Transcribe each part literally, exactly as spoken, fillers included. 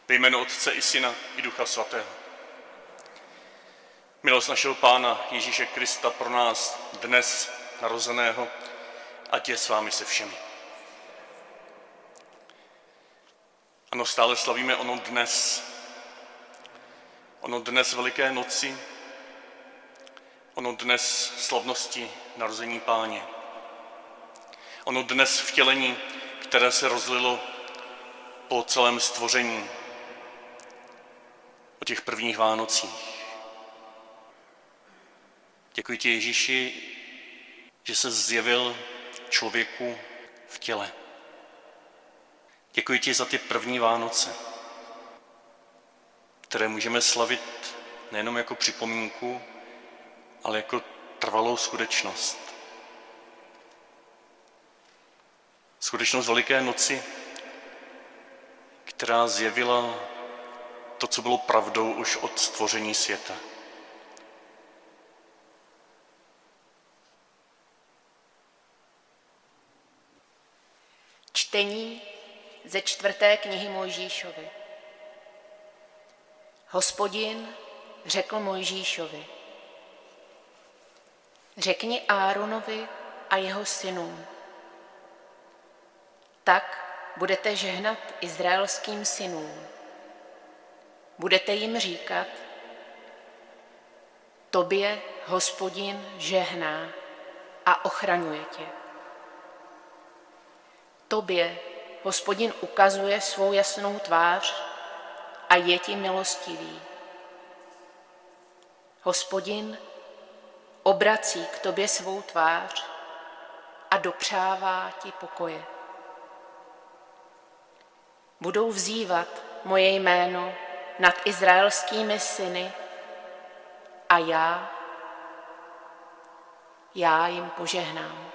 Ve jménu Otce i Syna i Ducha Svatého. Milost našeho Pána Ježíše Krista pro nás dnes narozeného, ať je s vámi se všemi. Ano, stále slavíme ono dnes, ono dnes Veliké noci, ono dnes slavnosti narození Páně, ono dnes vtělení, které se rozlilo po celém stvoření, o těch prvních Vánocích. Děkuji ti, Ježíši, že se zjevil člověku v těle. Děkuji ti za ty první Vánoce, které můžeme slavit nejenom jako připomínku, ale jako trvalou skutečnost. Skutečnost Veliké noci, která zjevila to, co bylo pravdou už od stvoření světa. Čtení ze čtvrté knihy Mojžíšovy. Hospodin řekl Mojžíšovi: Řekni Áronovi a jeho synům: Tak budete žehnat izraelským synům. Budete jim říkat: Tobě Hospodin žehná a ochraňuje tě. Tobě Hospodin ukazuje svou jasnou tvář a je ti milostivý. Hospodin obrací k tobě svou tvář a dopřává ti pokoje. Budou vzývat moje jméno nad izraelskými syny a já, já jim požehnám.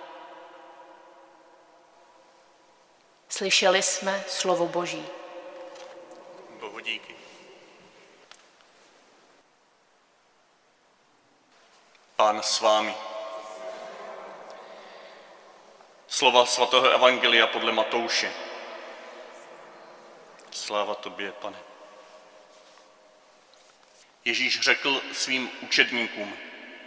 Slyšeli jsme slovo Boží. Bohu díky. Pán s vámi. Slova svatého evangelia podle Matouše. Sláva tobě, Pane. Ježíš řekl svým učedníkům: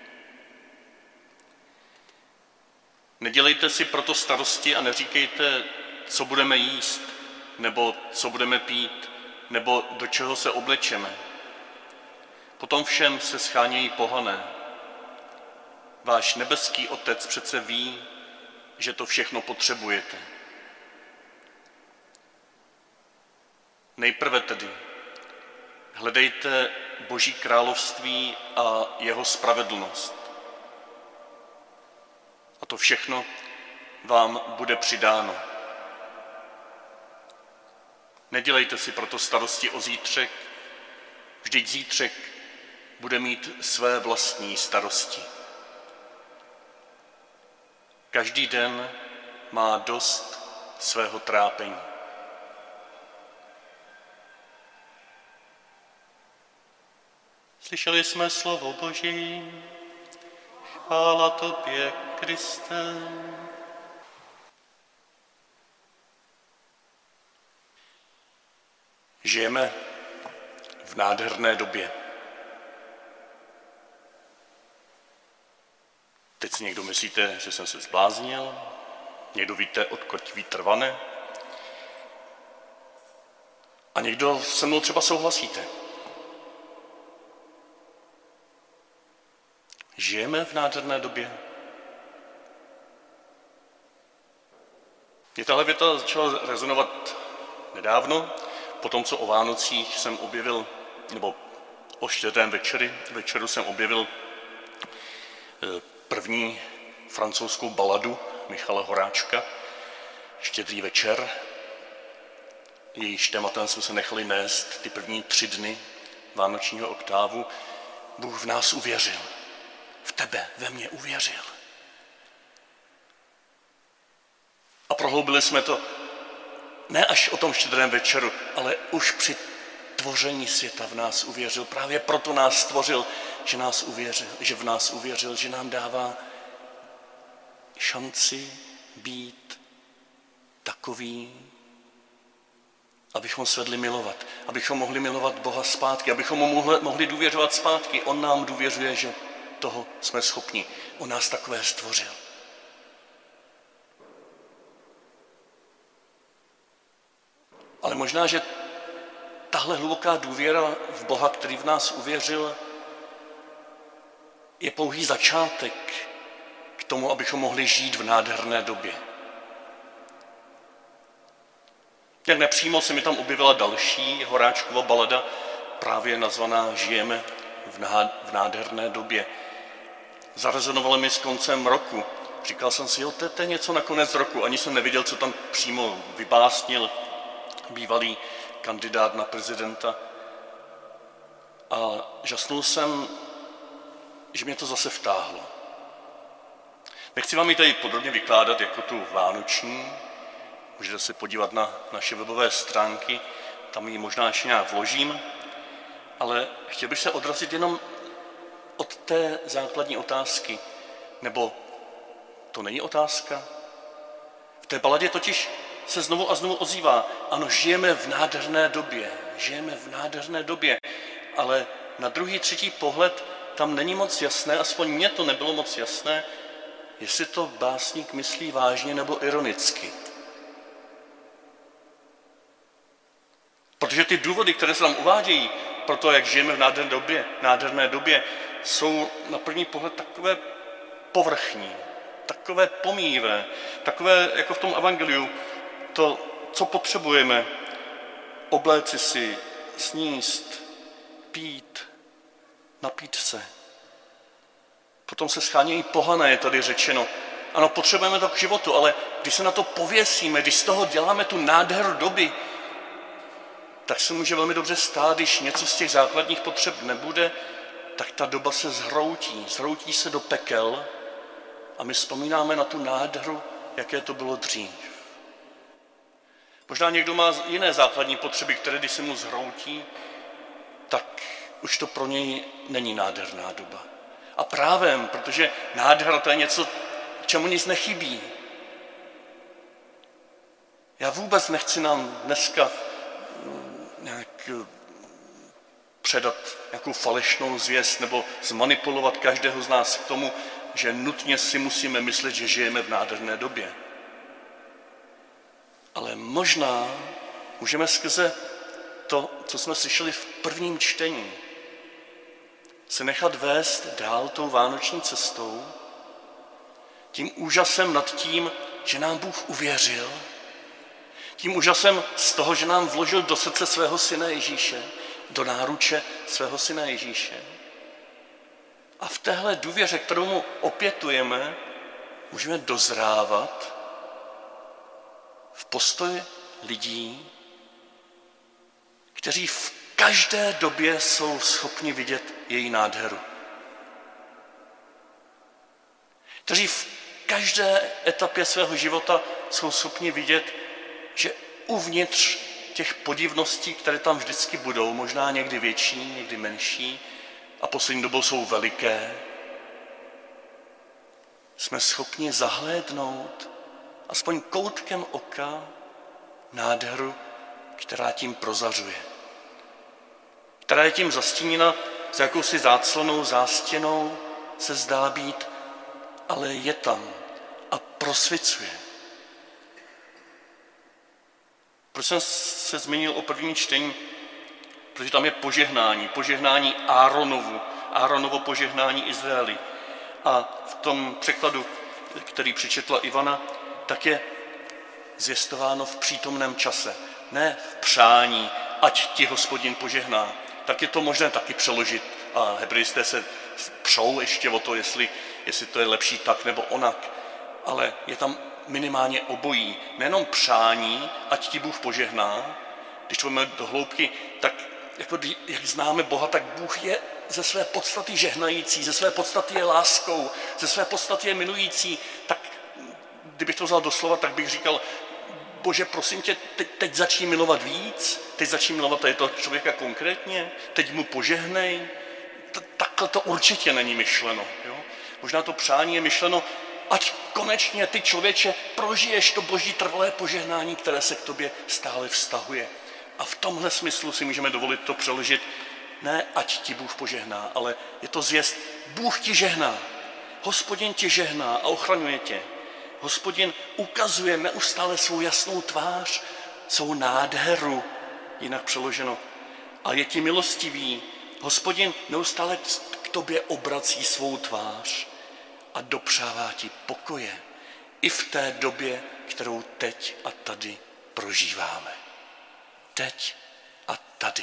Nedělejte si proto starosti a neříkejte, co budeme jíst, nebo co budeme pít, nebo do čeho se oblečeme. Potom všem se schánějí pohané. Váš nebeský Otec přece ví, že to všechno potřebujete. Nejprve tedy hledejte Boží království a jeho spravedlnost. A to všechno vám bude přidáno. Nedělejte si proto starosti o zítřek, vždyť zítřek bude mít své vlastní starosti. Každý den má dost svého trápení. Slyšeli jsme slovo Boží, chvála tobě, Kriste. Žijeme v nádherné době. Teď si někdo myslíte, že jsem se zbláznil, někdo víte, odkud vítr vane, a někdo se mnou třeba souhlasíte. Žijeme v nádherné době. Mě tahle věta začala rezonovat nedávno, po tom, co o Vánocích jsem objevil, nebo o čtvrtém večery, večeru jsem objevil první francouzskou baladu Michala Horáčka, Štědrý večer. Jejíž tématem jsme se nechali nést ty první tři dny vánočního oktávu. Bůh v nás uvěřil. V tebe, ve mně uvěřil. A prohloubili jsme to ne až o tom štědrém večeru, ale už při tvoření světa v nás uvěřil. Právě proto nás stvořil, že, nás uvěřil, že v nás uvěřil, že nám dává šanci být takový, abychom svedli milovat, abychom mohli milovat Boha zpátky, abychom mu mohli, mohli důvěřovat zpátky. On nám důvěřuje, že toho jsme schopni. On nás takové stvořil. Ale možná, že tahle hluboká důvěra v Boha, který v nás uvěřil, je pouhý začátek k tomu, abychom mohli žít v nádherné době. Jak nepřímo se mi tam objevila další Horáčkova balada, právě nazvaná Žijeme v nádherné době. Zarezonovalo mi s koncem roku. Říkal jsem si, jo, to, to je něco na konec roku. Ani jsem neviděl, co tam přímo vybásnil bývalý kandidát na prezidenta. A žasnul jsem, že mě to zase vtáhlo. Nechci vám ji tady podrobně vykládat jako tu vánoční. Můžete se podívat na naše webové stránky, tam ji možná ještě nějak vložím. Ale chtěl bych se odrazit jenom od té základní otázky. Nebo to není otázka? V té baladě totiž se znovu a znovu ozývá, ano, žijeme v nádherné době, žijeme v nádherné době, ale na druhý, třetí pohled tam není moc jasné, aspoň mně to nebylo moc jasné, jestli to básník myslí vážně nebo ironicky. Protože ty důvody, které se tam uvádějí pro to, jak žijeme v nádherné době, nádherné době, jsou na první pohled takové povrchní, takové pomíjivé, takové jako v tom evangeliu, to, co potřebujeme, obléci si, sníst, pít, napít se. Potom se schánějí pohané, je tady řečeno. Ano, potřebujeme to k životu, ale když se na to pověsíme, když z toho děláme tu nádheru doby, tak se může velmi dobře stát, když něco z těch základních potřeb nebude, tak ta doba se zhroutí, zhroutí se do pekel a my vzpomínáme na tu nádheru, jaké to bylo dřív. Možná někdo má jiné základní potřeby, které když se mu zhroutí, tak už to pro něj není nádherná doba. A právem, protože nádhera to je něco, čemu nic nechybí. Já vůbec nechci nám dneska nějak předat nějakou falešnou zvěst nebo zmanipulovat každého z nás k tomu, že nutně si musíme myslet, že žijeme v nádherné době. Ale možná můžeme skrze to, co jsme slyšeli v prvním čtení, se nechat vést dál tou vánoční cestou, tím úžasem nad tím, že nám Bůh uvěřil, tím úžasem z toho, že nám vložil do srdce svého syna Ježíše, do náruče svého syna Ježíše. A v téhle důvěře, kterou mu opětujeme, můžeme dozrávat v postoji lidí, kteří v každé době jsou schopni vidět její nádheru. Kteří v každé etapě svého života jsou schopni vidět, že uvnitř těch podivností, které tam vždycky budou, možná někdy větší, někdy menší, a poslední dobou jsou veliké, jsme schopni zahlédnout aspoň koutkem oka nádheru, která tím prozařuje. Která je tím zastíněna s jakousi záclonou zástěnou, se zdá být, ale je tam a prosvicuje. Proč jsem se zmínil o prvním čtení? Protože tam je požehnání, požehnání Áronovu, Áronovo požehnání Izraeli. A v tom překladu, který přečetla Ivana, tak je zvěstováno v přítomném čase. Ne v přání, ať ti Hospodin požehná. Tak je to možné taky přeložit. A hebrejisté se přou ještě o to, jestli, jestli to je lepší tak nebo onak. Ale je tam minimálně obojí. Nejenom přání, ať ti Bůh požehná. Když to jdeme do hloubky, tak jako, jak známe Boha, tak Bůh je ze své podstaty žehnající, ze své podstaty je láskou, ze své podstaty je milující. Tak kdybych to vzal doslova, tak bych říkal, Bože, prosím tě, teď, teď začni milovat víc, teď začni milovat tady toho člověka konkrétně, teď mu požehnej. Takhle to určitě není myšleno. Jo? Možná to přání je myšleno, ať konečně ty člověče prožiješ to boží trvalé požehnání, které se k tobě stále vztahuje. A v tomhle smyslu si můžeme dovolit to přeložit, ne ať ti Bůh požehná, ale je to zvěst, Bůh ti žehná. Hospodin ti žehná a ochraňuje tě. Hospodin ukazuje neustále svou jasnou tvář, svou nádheru, jinak přeloženo. A je ti milostivý. Hospodin neustále k tobě obrací svou tvář a dopřává ti pokoje i v té době, kterou teď a tady prožíváme. Teď a tady.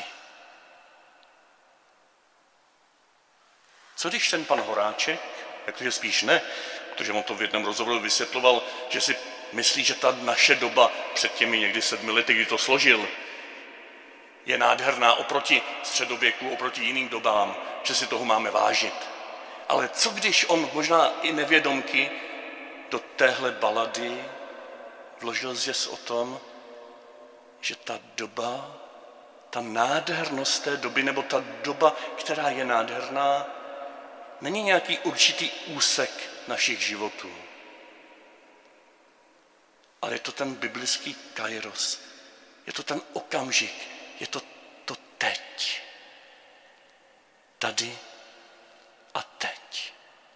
Co když ten pan Horáček, jakože spíš ne, protože on to v jednom rozhovoru vysvětloval, že si myslí, že ta naše doba před těmi někdy sedmi lety, kdy to složil, je nádherná oproti středověku, oproti jiným dobám, že si toho máme vážit. Ale co když on možná i nevědomky do téhle balady vložil zvěst o tom, že ta doba, ta nádhernost té doby, nebo ta doba, která je nádherná, není nějaký určitý úsek našich životů. Ale je to ten biblický kairos. Je to ten okamžik. Je to to teď. Tady a teď.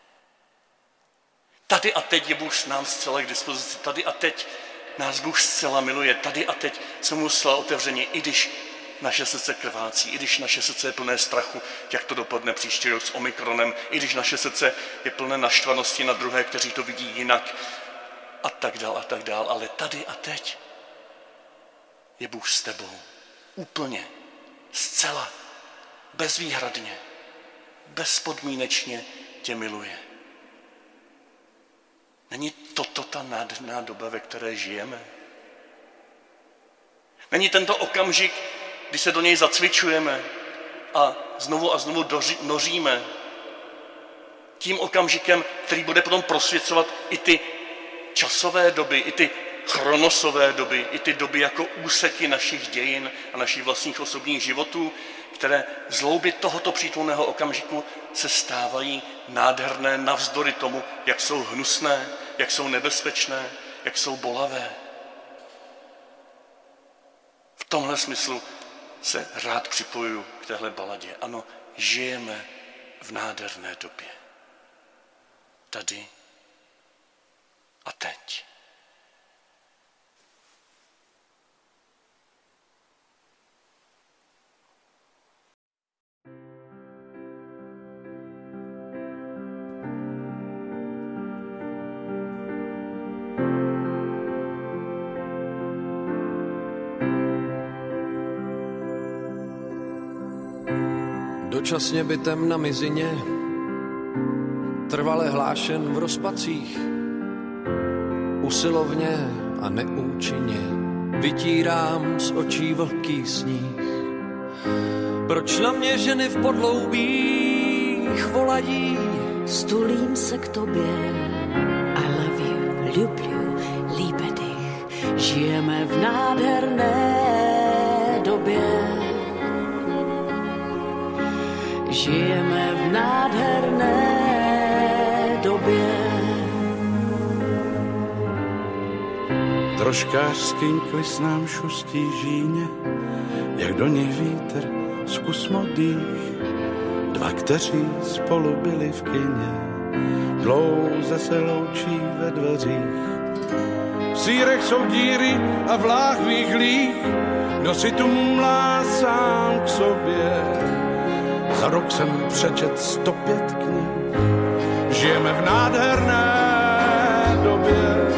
Tady a teď je Bůh s nám zcela k dispozici. Tady a teď nás Bůh zcela miluje. Tady a teď jsme mu zcela otevřeni, i když naše srdce krvácí, i když naše srdce je plné strachu, jak to dopadne příští rok s Omikronem, i když naše srdce je plné naštvanosti na druhé, kteří to vidí jinak a tak dál a tak dál. Ale tady a teď je Bůh s tebou. Úplně, zcela, bezvýhradně, bezpodmínečně tě miluje. Není toto ta nádherná doba, ve které žijeme? Není tento okamžik, kdy se do něj zacvičujeme a znovu a znovu doři, noříme tím okamžikem, který bude potom prosvěcovat i ty časové doby, i ty chronosové doby, i ty doby jako úseky našich dějin a našich vlastních osobních životů, které z hloubi tohoto přítomného okamžiku se stávají nádherné navzdory tomu, jak jsou hnusné, jak jsou nebezpečné, jak jsou bolavé. V tomhle smyslu se rád připojuju k téhle baladě. Ano, žijeme v nádherné době. Tady a teď. Dočasně bytem na mizině, trvale hlášen v rozpacích, usilovně a neúčinně vytírám z očí vlhký sníh. Proč na mě ženy v podloubích volají? Stulím se k tobě, I love you, люблю, liebe dich. Žijeme v nádherné době. Žijeme v nádherné době. Troškářským klisnám šustí žíně, jak do nich vítr zkus modých. Dva, kteří spolu byli v kině, dlouze se loučí ve dveřích. V sýrech jsou díry a v láhvích líh, kdo si tu mlá sám k sobě. Za rok jsem přečet sto pět knih, žijeme v nádherné době.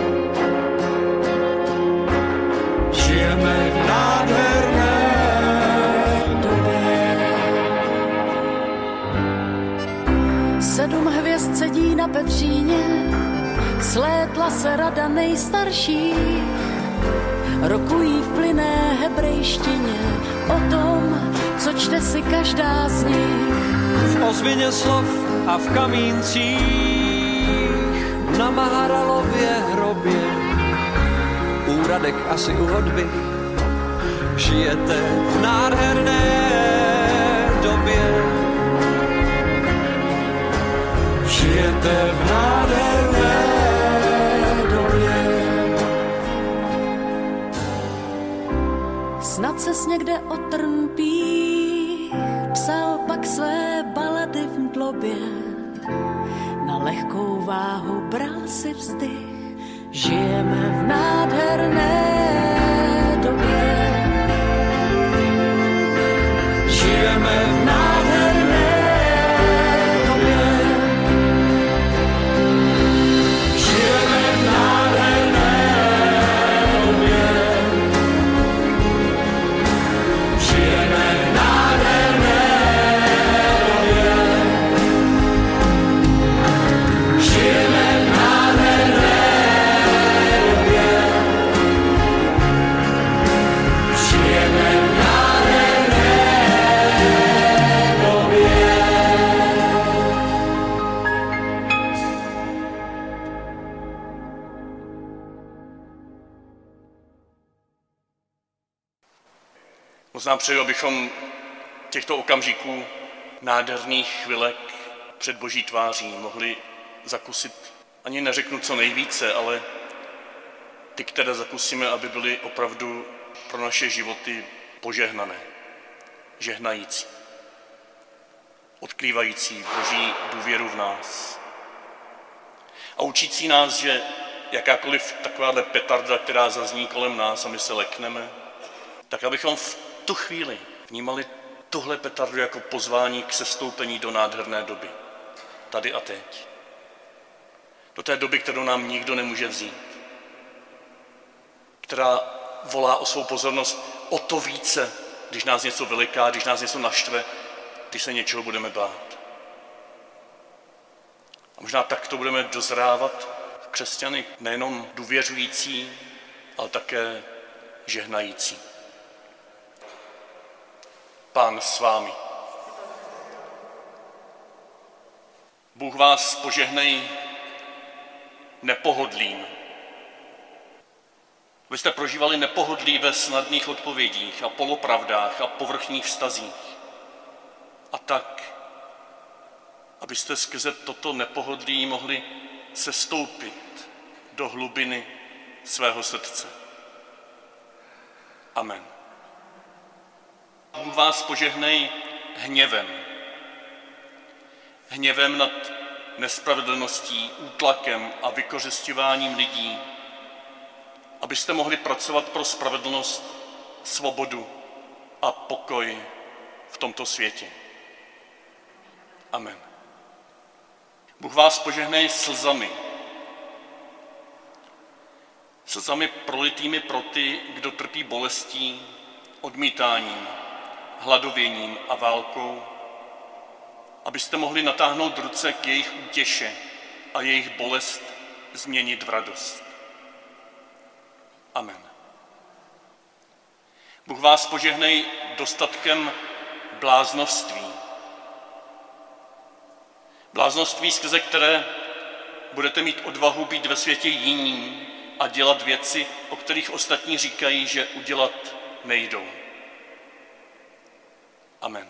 Žijeme v nádherné době. Sedm hvězd sedí na Petříně, slétla se rada nejstarších. Rokují v plynné hebrejštině o tom, co čte si každá z nich. V ozvěně slov a v kamíncích na Maharalově hrobě, úradek asi u hodby, žijete v nádherné době. Žijete v nádherné době. Snad ses někde pak své balady v mdlobě, na lehkou váhu bral si vzdych. Žijeme v nádherné době. Žijeme v nádherné době. Žijeme v nádherné době. Žijeme v nádherné době. Žijeme v nádherné době. Žijeme v nádherné době. Moc nám přeju, abychom těchto okamžiků nádherných chvilek před Boží tváří mohli zakusit, ani neřeknu co nejvíce, ale ty, které zakusíme, aby byly opravdu pro naše životy požehnané, žehnající, odkrývající Boží důvěru v nás a učící nás, že jakákoliv takováhle petarda, která zazní kolem nás a my se lekneme, tak abychom v tu chvíli vnímali tuhle petardu jako pozvání k sestoupení do nádherné doby. Tady a teď. Do té doby, kterou nám nikdo nemůže vzít. Která volá o svou pozornost o to více, když nás něco veliká, když nás něco naštve, když se něčeho budeme bát. A možná takto budeme dozrávat křesťany nejenom důvěřující, ale také žehnající. Pán s vámi. Bůh vás požehnej nepohodlím. Vy jste prožívali nepohodlí ve snadných odpovědích a polopravdách a povrchních vztazích. A tak, abyste skrze toto nepohodlí mohli sestoupit do hlubiny svého srdce. Amen. Bůh vás požehnej hněvem. Hněvem nad nespravedlností, útlakem a vykořisťováním lidí, abyste mohli pracovat pro spravedlnost, svobodu a pokoj v tomto světě. Amen. Bůh vás požehnej slzami. Slzami prolitými pro ty, kdo trpí bolestí, odmítáním, hladověním a válkou, abyste mohli natáhnout ruce k jejich útěše a jejich bolest změnit v radost. Amen. Bůh vás požehnej dostatkem bláznovství. Bláznovství, skrze které budete mít odvahu být ve světě jiní a dělat věci, o kterých ostatní říkají, že udělat nejdou. Amen.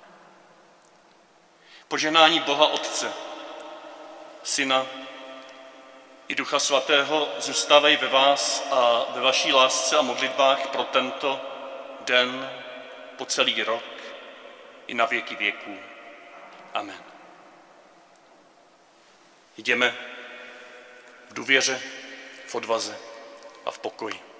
Požehnání Boha Otce, Syna i Ducha Svatého zůstávají ve vás a ve vaší lásce a modlitbách pro tento den, po celý rok i na věky věků. Amen. Jdeme v důvěře, v odvaze a v pokoji.